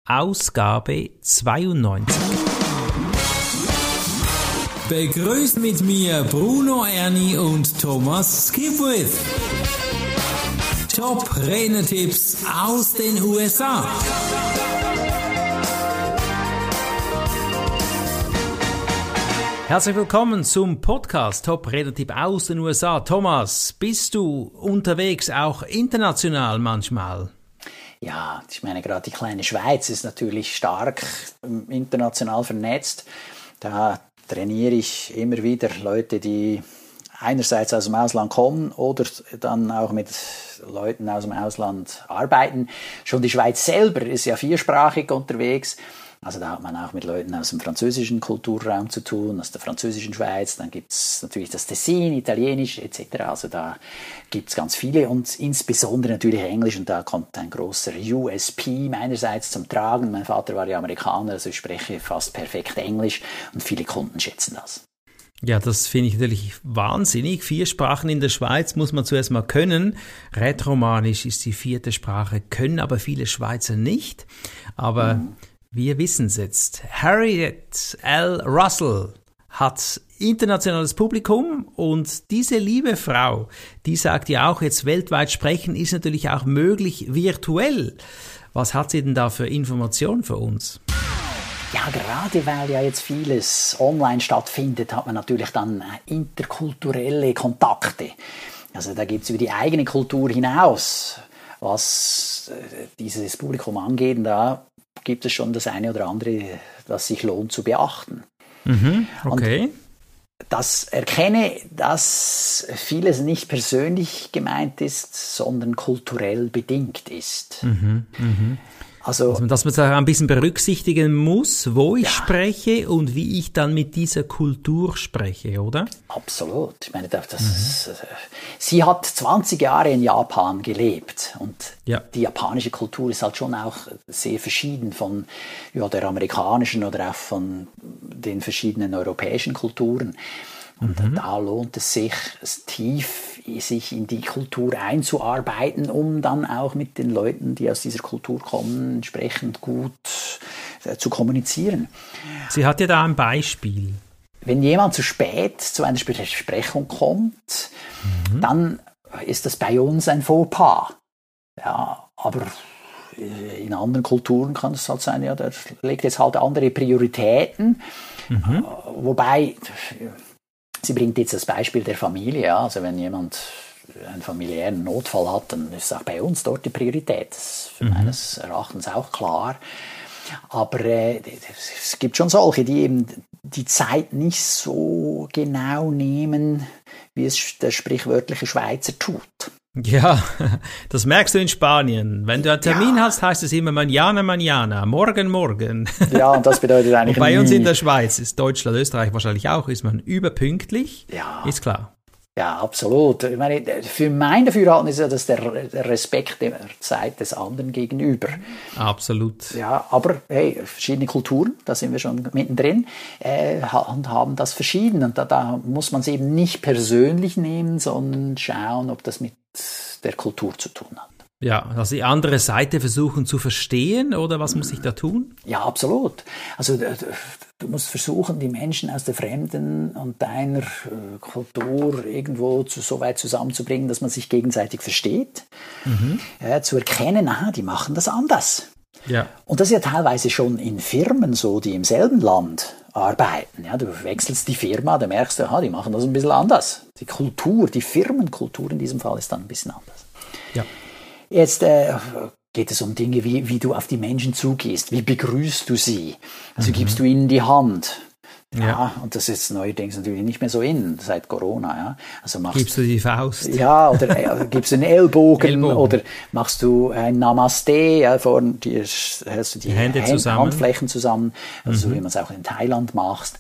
Ausgabe 92. Begrüßt mit mir Bruno Erni und Thomas Skipwith. Top-Renner-Tipps aus den USA. Herzlich willkommen zum Podcast Top-Renner-Tipp aus den USA. Thomas, bist du unterwegs auch international manchmal? Ja, ich meine, gerade die kleine Schweiz ist natürlich stark international vernetzt. Da trainiere ich immer wieder Leute, die einerseits aus dem Ausland kommen oder dann auch mit Leuten aus dem Ausland arbeiten. Schon die Schweiz selber ist ja viersprachig unterwegs. Also da hat man auch mit Leuten aus dem französischen Kulturraum zu tun, aus der französischen Schweiz. Dann gibt es natürlich das Tessin, Italienisch etc. Also da gibt es ganz viele und insbesondere natürlich Englisch. Und da kommt ein großer USP meinerseits zum Tragen. Mein Vater war ja Amerikaner, also ich spreche fast perfekt Englisch und viele Kunden schätzen das. Ja, das finde ich natürlich wahnsinnig. 4 Sprachen in der Schweiz muss man zuerst mal können. Rätoromanisch ist die 4. Sprache, können aber viele Schweizer nicht. Aber wir wissen es jetzt. Harriet L. Russell hat internationales Publikum und diese liebe Frau, die sagt ja auch, jetzt weltweit sprechen ist natürlich auch möglich virtuell. Was hat sie denn da für Informationen für uns? Ja, gerade weil ja jetzt vieles online stattfindet, hat man natürlich dann interkulturelle Kontakte. Also da gibt es über die eigene Kultur hinaus, was dieses Publikum angeht, da gibt es schon das eine oder andere, das sich lohnt zu beachten. Okay. Und das erkenne, dass vieles nicht persönlich gemeint ist, sondern kulturell bedingt ist. Also, dass man da ein bisschen berücksichtigen muss, wo ich spreche und wie ich dann mit dieser Kultur spreche, oder? Absolut. Ich meine, sie hat 20 Jahre in Japan gelebt und die japanische Kultur ist halt schon auch sehr verschieden von der amerikanischen oder auch von den verschiedenen europäischen Kulturen. Und da lohnt es sich, sich in die Kultur einzuarbeiten, um dann auch mit den Leuten, die aus dieser Kultur kommen, entsprechend gut zu kommunizieren. Sie hat ja da ein Beispiel. Wenn jemand zu spät zu einer Besprechung kommt, dann ist das bei uns ein Fauxpas. Ja, aber in anderen Kulturen kann es halt sein, der legt jetzt halt andere Prioritäten. Wobei, sie bringt jetzt das Beispiel der Familie. Also wenn jemand einen familiären Notfall hat, dann ist auch bei uns dort die Priorität. Das ist für meines Erachtens auch klar. Aber es gibt schon solche, die eben die Zeit nicht so genau nehmen, wie es der sprichwörtliche Schweizer tut. Ja, das merkst du in Spanien. Wenn du einen Termin hast, heißt es immer mañana, mañana, morgen, morgen. Ja, und das bedeutet eigentlich und bei uns in der Schweiz, ist Deutschland, Österreich wahrscheinlich auch, ist man überpünktlich, ist klar. Ja, absolut. Ich meine, für mein Dafürhalten ist ja das der Respekt der Zeit des anderen gegenüber. Absolut. Ja, aber hey, verschiedene Kulturen, da sind wir schon mittendrin, haben das verschieden. Und da muss man es eben nicht persönlich nehmen, sondern schauen, ob das mit der Kultur zu tun hat. Ja, also die andere Seite versuchen zu verstehen, oder was muss ich da tun? Ja, absolut. Also du musst versuchen, die Menschen aus der fremden und deiner Kultur irgendwo so weit zusammenzubringen, dass man sich gegenseitig versteht. Zu erkennen, die machen das anders. Ja. Und das ist ja teilweise schon in Firmen so, die im selben Land arbeiten. Ja, du wechselst die Firma, da merkst du, die machen das ein bisschen anders. Die Kultur, die Firmenkultur in diesem Fall ist dann ein bisschen anders. Ja. Jetzt geht es um Dinge, wie du auf die Menschen zugehst. Wie begrüßt du sie? Also gibst du ihnen die Hand? Ja, und das ist neuerdings natürlich nicht mehr so seit Corona. Ja. Also gibst du die Faust? Ja, oder gibst du einen Ellbogen oder machst du ein Namaste, vor dir hältst du die Handflächen zusammen, also wie man es auch in Thailand machst.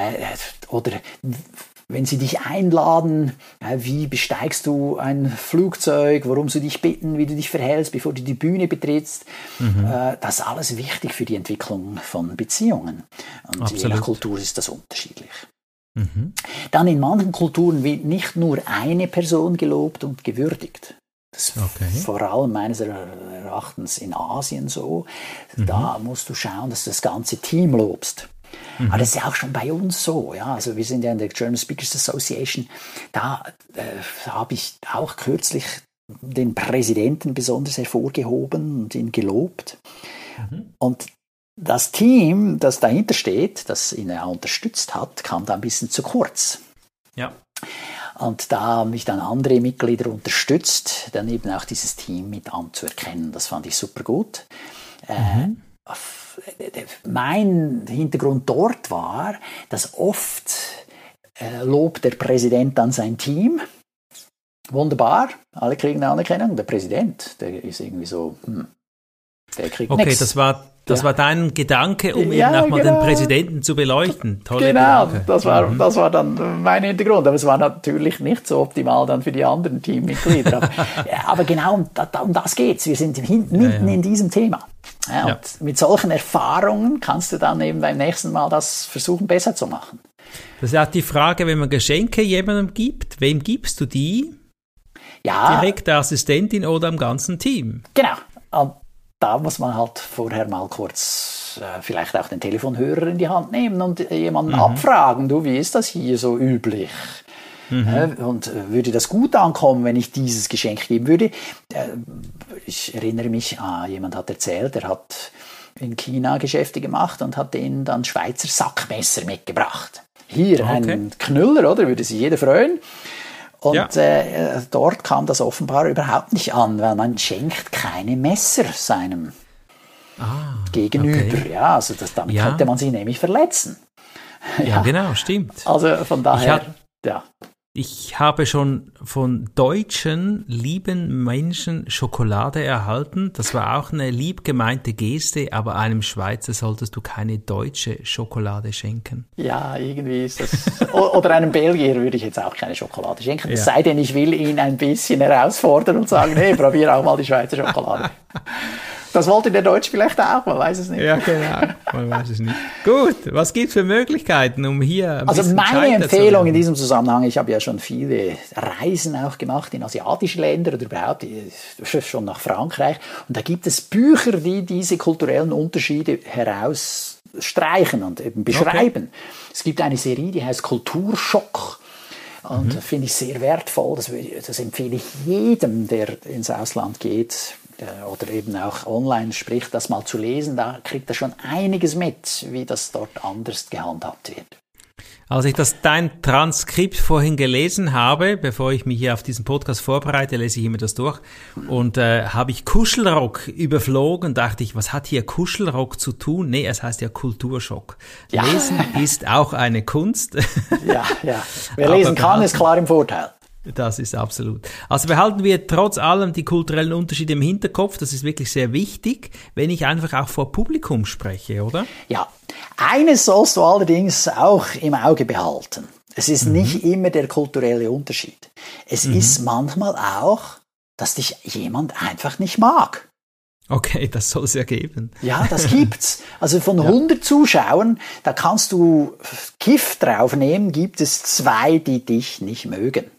Oder wenn sie dich einladen, wie besteigst du ein Flugzeug, worum sie dich bitten, wie du dich verhältst, bevor du die Bühne betrittst. Das ist alles wichtig für die Entwicklung von Beziehungen. Und Absolut. Je nach Kultur ist das unterschiedlich. Dann in manchen Kulturen wird nicht nur eine Person gelobt und gewürdigt. Das ist vor allem meines Erachtens in Asien so. Da musst du schauen, dass du das ganze Team lobst. Aber das ist ja auch schon bei uns so. Ja? Also wir sind ja in der German Speakers Association. Da habe ich auch kürzlich den Präsidenten besonders hervorgehoben und ihn gelobt. Und das Team, das dahinter steht, das ihn ja unterstützt hat, kam da ein bisschen zu kurz. Ja. Und da haben mich dann andere Mitglieder unterstützt, dann eben auch dieses Team mit anzuerkennen. Das fand ich super gut. Mein Hintergrund dort war, dass oft lobt der Präsident dann sein Team. Wunderbar, alle kriegen eine Anerkennung. Der Präsident, der ist irgendwie so, der kriegt nichts. Okay, das war dein Gedanke, um eben auch mal den Präsidenten zu beleuchten. Tolle Gedanke. Das war dann mein Hintergrund. Aber es war natürlich nicht so optimal dann für die anderen Teammitglieder. aber genau um das geht's. Wir sind mitten in diesem Thema. Und mit solchen Erfahrungen kannst du dann eben beim nächsten Mal das versuchen, besser zu machen. Das ist auch die Frage, wenn man Geschenke jemandem gibt, wem gibst du die? Ja. Direkt der Assistentin oder am ganzen Team? Genau. Und da muss man halt vorher mal kurz vielleicht auch den Telefonhörer in die Hand nehmen und jemanden abfragen, du, wie ist das hier so üblich? Und würde das gut ankommen, wenn ich dieses Geschenk geben würde? Ich erinnere mich, jemand hat erzählt, er hat in China Geschäfte gemacht und hat denen dann Schweizer Sackmesser mitgebracht. Hier ein Knüller, oder? Würde sich jeder freuen. Und dort kam das offenbar überhaupt nicht an, weil man schenkt keine Messer seinem Gegenüber. Okay. Ja, also damit könnte man sich nämlich verletzen. Ja, genau, stimmt. Also von daher, Ich habe schon von deutschen lieben Menschen Schokolade erhalten. Das war auch eine lieb gemeinte Geste, aber einem Schweizer solltest du keine deutsche Schokolade schenken. Ja, irgendwie ist das... Oder einem Belgier würde ich jetzt auch keine Schokolade schenken. Es sei denn, ich will ihn ein bisschen herausfordern und sagen, hey, probier auch mal die Schweizer Schokolade. Das wollte der Deutsche vielleicht auch, man weiß es nicht. Ja, genau, man weiß es nicht. Gut, was gibt es für Möglichkeiten, um hier ein Also meine Empfehlung in diesem Zusammenhang, ich habe ja schon viele Reisen auch gemacht in asiatische Länder oder überhaupt schon nach Frankreich. Und da gibt es Bücher, die diese kulturellen Unterschiede herausstreichen und eben beschreiben. Okay. Es gibt eine Serie, die heißt Kulturschock. Und finde ich sehr wertvoll. Das empfehle ich jedem, der ins Ausland geht oder eben auch online spricht, das mal zu lesen. Da kriegt er schon einiges mit, wie das dort anders gehandhabt wird. Als ich dein Transkript vorhin gelesen habe, bevor ich mich hier auf diesen Podcast vorbereite, lese ich immer das durch und habe ich Kuschelrock überflogen, dachte ich, was hat hier Kuschelrock zu tun? Nee, es heißt ja Kulturschock. Ja. Lesen ist auch eine Kunst. Ja. Wer lesen kann, ist klar im Vorteil. Das ist absolut. Also behalten wir trotz allem die kulturellen Unterschiede im Hinterkopf. Das ist wirklich sehr wichtig, wenn ich einfach auch vor Publikum spreche, oder? Ja. Eines sollst du allerdings auch im Auge behalten. Es ist nicht immer der kulturelle Unterschied. Es ist manchmal auch, dass dich jemand einfach nicht mag. Okay, das soll es ja geben. Ja, das gibt's. Also von 100 Zuschauern, da kannst du Gift draufnehmen, gibt es 2, die dich nicht mögen.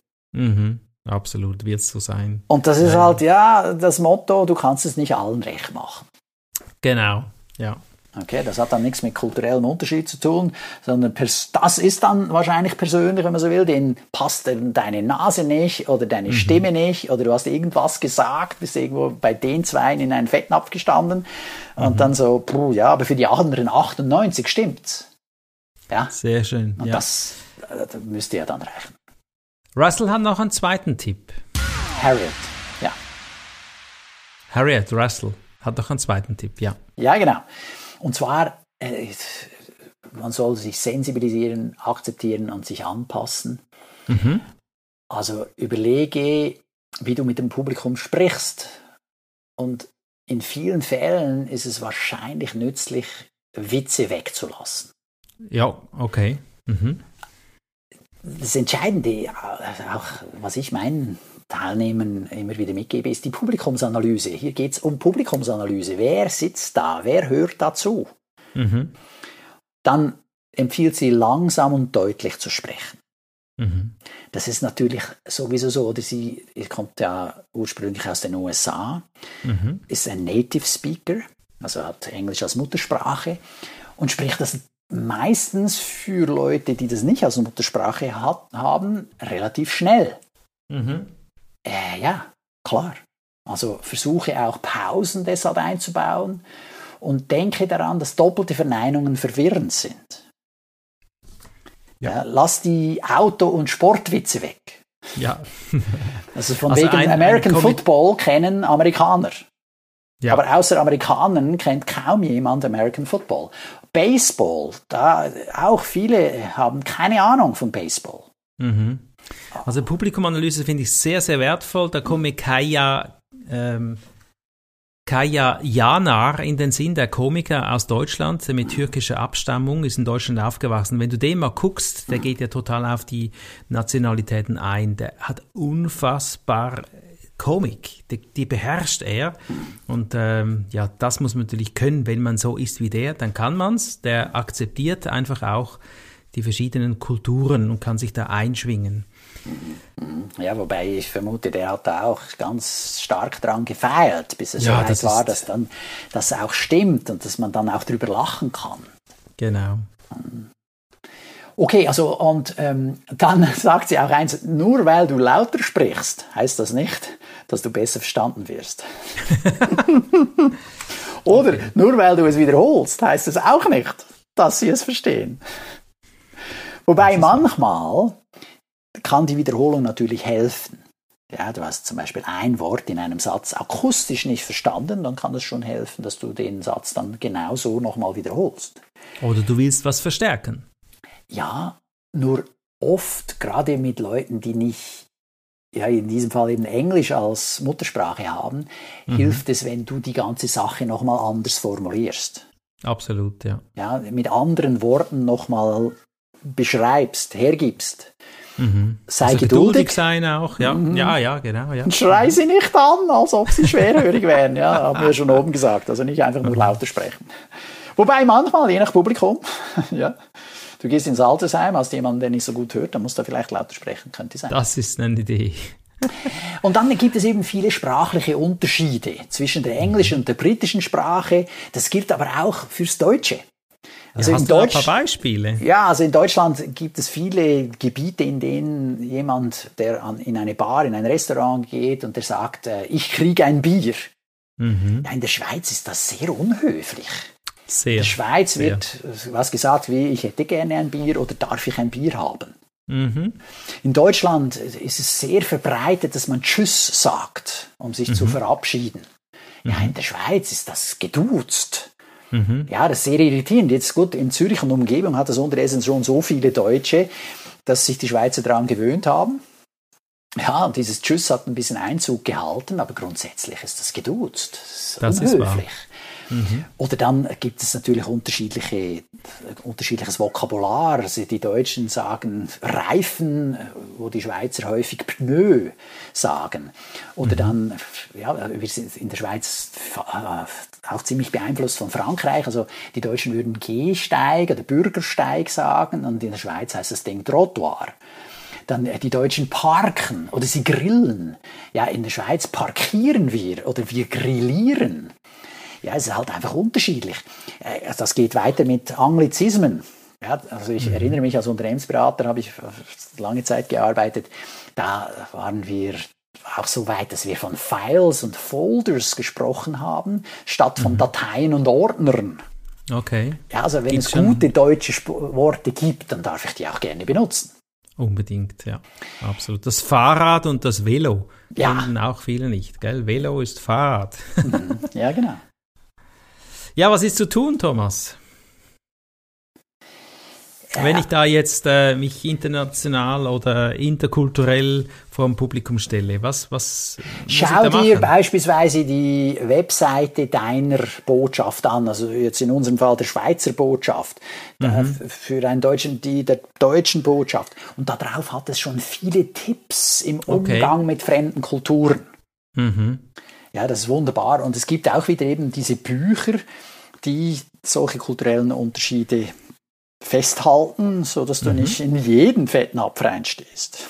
Absolut, wird es so sein. Und das ist halt, das Motto, du kannst es nicht allen recht machen. Genau, ja. Okay, das hat dann nichts mit kulturellem Unterschied zu tun, sondern das ist dann wahrscheinlich persönlich, wenn man so will, denen passt deine Nase nicht oder deine Stimme nicht oder du hast irgendwas gesagt, bist irgendwo bei den 2 in einen Fettnapf gestanden und dann so, aber für die anderen 98 stimmt's. Ja? Sehr schön. Und das müsste ja dann reichen. Russell hat noch einen zweiten Tipp. Harriet, ja. Harriet Russell hat noch einen zweiten Tipp, ja. Ja, genau. Und zwar, man soll sich sensibilisieren, akzeptieren und sich anpassen. Also überlege, wie du mit dem Publikum sprichst. Und in vielen Fällen ist es wahrscheinlich nützlich, Witze wegzulassen. Ja, okay. Das Entscheidende, auch was ich meinen Teilnehmern immer wieder mitgebe, ist die Publikumsanalyse. Hier geht es um Publikumsanalyse. Wer sitzt da? Wer hört dazu? Dann empfiehlt sie, langsam und deutlich zu sprechen. Das ist natürlich sowieso so, oder sie kommt ja ursprünglich aus den USA, ist ein Native Speaker, also hat Englisch als Muttersprache und spricht das meistens für Leute, die das nicht als Muttersprache haben, relativ schnell. Ja, klar. Also versuche auch Pausen deshalb einzubauen und denke daran, dass doppelte Verneinungen verwirrend sind. Ja, lass die Auto- und Sportwitze weg. Ja. Also von wegen American Football kennen Amerikaner. Ja. Aber außer Amerikanern kennt kaum jemand American Football. Baseball, da auch viele haben keine Ahnung von Baseball. Also Publikumanalyse finde ich sehr, sehr wertvoll. Da komme Kaya Yanar in den Sinn, der Komiker aus Deutschland mit türkischer Abstammung, ist in Deutschland aufgewachsen. Wenn du den mal guckst, der geht ja total auf die Nationalitäten ein. Der hat unfassbar Komik, die beherrscht er. Und ja, das muss man natürlich können, wenn man so ist wie der, dann kann man's. Der akzeptiert einfach auch die verschiedenen Kulturen und kann sich da einschwingen. Ja, wobei ich vermute, der hat da auch ganz stark dran gefeilt, bis es so weit war, dass dann das auch stimmt und dass man dann auch drüber lachen kann. Genau. Okay, also und dann sagt sie auch eins, nur weil du lauter sprichst, heißt das nicht, dass du besser verstanden wirst. Oder nur weil du es wiederholst, heißt es auch nicht, dass sie es verstehen. Wobei manchmal kann die Wiederholung natürlich helfen. Ja, du hast zum Beispiel ein Wort in einem Satz akustisch nicht verstanden, dann kann es schon helfen, dass du den Satz dann genauso nochmal wiederholst. Oder du willst was verstärken. Ja, nur oft, gerade mit Leuten, die nicht, ja, in diesem Fall eben Englisch als Muttersprache haben, hilft es, wenn du die ganze Sache nochmal anders formulierst. Absolut, ja. Ja, mit anderen Worten nochmal beschreibst, hergibst. Sei also geduldig sein auch, ja. Ja, genau. Ja. Und schrei sie nicht an, als ob sie schwerhörig wären. Ja, haben wir schon oben gesagt. Also nicht einfach nur lauter sprechen. Wobei manchmal, je nach Publikum, ja, du gehst ins Altersheim, hast jemanden, der nicht so gut hört, dann musst du vielleicht lauter sprechen, könnte sein. Das ist eine Idee. Und dann gibt es eben viele sprachliche Unterschiede zwischen der englischen und der britischen Sprache. Das gilt aber auch fürs Deutsche. Also hast du ein paar Beispiele? Ja, also in Deutschland gibt es viele Gebiete, in denen jemand, der in eine Bar, in ein Restaurant geht und der sagt, ich kriege ein Bier. Ja, in der Schweiz ist das sehr unhöflich. Sehr. In der Schweiz wird was gesagt wie, ich hätte gerne ein Bier oder darf ich ein Bier haben? In Deutschland ist es sehr verbreitet, dass man Tschüss sagt, um sich zu verabschieden. Ja, in der Schweiz ist das geduzt. Ja, das ist sehr irritierend. Jetzt gut, in Zürich und Umgebung hat es unterdessen schon so viele Deutsche, dass sich die Schweizer daran gewöhnt haben. Ja, und dieses Tschüss hat ein bisschen Einzug gehalten, aber grundsätzlich ist das geduzt. Das ist unhöflich. Oder dann gibt es natürlich unterschiedliches Vokabular. Also die Deutschen sagen Reifen, wo die Schweizer häufig Pneu sagen. Oder dann, ja, wir sind in der Schweiz auch ziemlich beeinflusst von Frankreich. Also die Deutschen würden Gehsteig oder Bürgersteig sagen und in der Schweiz heißt das Ding Trottoir. Dann die Deutschen parken oder sie grillen. Ja, in der Schweiz parkieren wir oder wir grillieren. Ja, es ist halt einfach unterschiedlich. Das geht weiter mit Anglizismen. Ja, also ich erinnere mich, als Unternehmensberater habe ich lange Zeit gearbeitet. Da waren wir auch so weit, dass wir von Files und Folders gesprochen haben, statt von Dateien und Ordnern. Okay. Ja, also wenn es gute deutsche Worte gibt, dann darf ich die auch gerne benutzen. Unbedingt, ja. Absolut. Das Fahrrad und das Velo kennen auch viele nicht, gell? Velo ist Fahrrad. Ja, genau. Ja, was ist zu tun, Thomas? Wenn ich da jetzt mich international oder interkulturell vor dem Publikum stelle, was muss ich da machen? Schau dir beispielsweise die Webseite deiner Botschaft an, also jetzt in unserem Fall der Schweizer Botschaft, für einen Deutschen, der deutschen Botschaft. Und darauf hat es schon viele Tipps im Umgang mit fremden Kulturen. Ja, das ist wunderbar. Und es gibt auch wieder eben diese Bücher, die solche kulturellen Unterschiede festhalten, sodass du nicht in jeden Fettnapf reinstehst.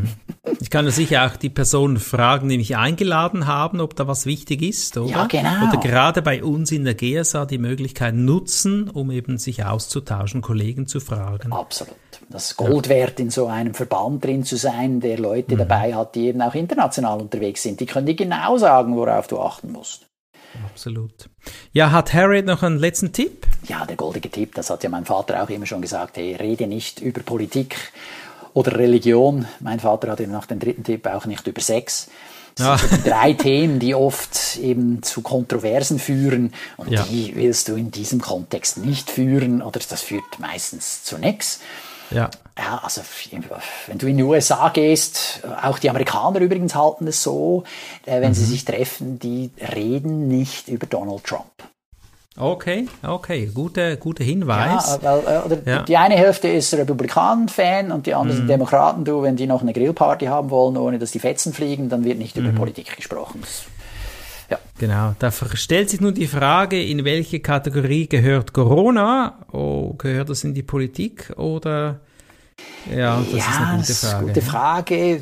Ich kann ja sicher auch die Personen fragen, die mich eingeladen haben, ob da was wichtig ist, oder? Ja, genau. Oder gerade bei uns in der GSA die Möglichkeit nutzen, um eben sich auszutauschen, Kollegen zu fragen. Absolut. Das ist Gold wert, in so einem Verband drin zu sein, der Leute dabei hat, die eben auch international unterwegs sind. Die können dir genau sagen, worauf du achten musst. Absolut. Ja, hat Harriet noch einen letzten Tipp? Ja, der goldige Tipp, das hat ja mein Vater auch immer schon gesagt, hey, rede nicht über Politik oder Religion. Mein Vater hat eben nach dem dritten Tipp auch nicht über Sex. Das sind so 3 Themen, die oft eben zu Kontroversen führen und die willst du in diesem Kontext nicht führen oder das führt meistens zu nichts. Ja, also wenn du in die USA gehst, auch die Amerikaner übrigens halten es so, wenn sie sich treffen, die reden nicht über Donald Trump. Okay, guter Hinweis. Ja, weil die eine Hälfte ist Republikaner-Fan und die andere sind Demokraten. Du, wenn die noch eine Grillparty haben wollen, ohne dass die Fetzen fliegen, dann wird nicht über Politik gesprochen. Ja. Genau, da stellt sich nun die Frage, in welche Kategorie gehört Corona? Gehört das in die Politik oder? Ja, das ist eine gute Frage. Gute Frage.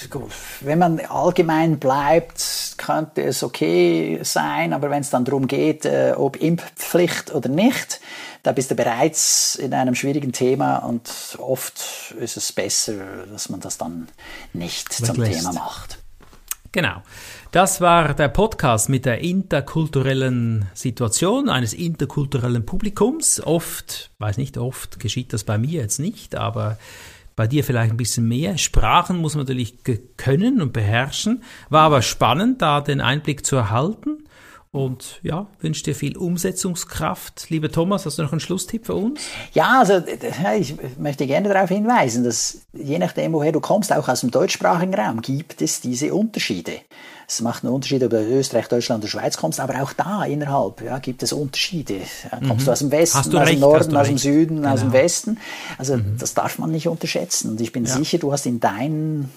Wenn man allgemein bleibt, könnte es okay sein, aber wenn es dann darum geht, ob Impfpflicht oder nicht, da bist du bereits in einem schwierigen Thema und oft ist es besser, dass man das dann nicht zum Thema macht. Genau. Das war der Podcast mit der interkulturellen Situation eines interkulturellen Publikums. Oft geschieht das bei mir jetzt nicht, aber bei dir vielleicht ein bisschen mehr. Sprachen muss man natürlich können und beherrschen. War aber spannend, da den Einblick zu erhalten. Und ja, wünsche dir viel Umsetzungskraft. Lieber Thomas, hast du noch einen Schlusstipp für uns? Ja, also ich möchte gerne darauf hinweisen, dass je nachdem, woher du kommst, auch aus dem deutschsprachigen Raum, gibt es diese Unterschiede. Es macht einen Unterschied, ob du aus Österreich, Deutschland oder Schweiz kommst, aber auch da innerhalb gibt es Unterschiede. Kommst du aus dem Westen, aus dem Norden, aus dem Süden, aus dem Westen? Also das darf man nicht unterschätzen. Und ich bin sicher, du hast in deinen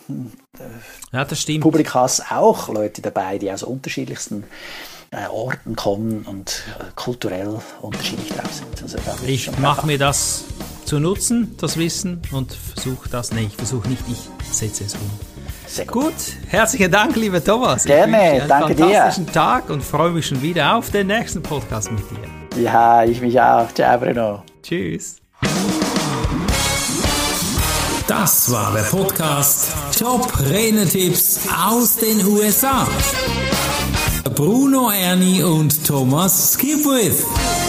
Publikas auch Leute dabei, die aus unterschiedlichsten Orten kommen und kulturell unterschiedlich drauf sind. Also ich mache mir das zu nutzen, das Wissen, und versuche nicht, ich setze es um. Sehr gut. Herzlichen Dank, lieber Thomas. Gerne, danke dir. Einen fantastischen Tag und freue mich schon wieder auf den nächsten Podcast mit dir. Ja, ich mich auch. Ciao, Bruno. Tschüss. Das war der Podcast Top-Renetipps aus den USA. Bruno Erni und Thomas Skipwith.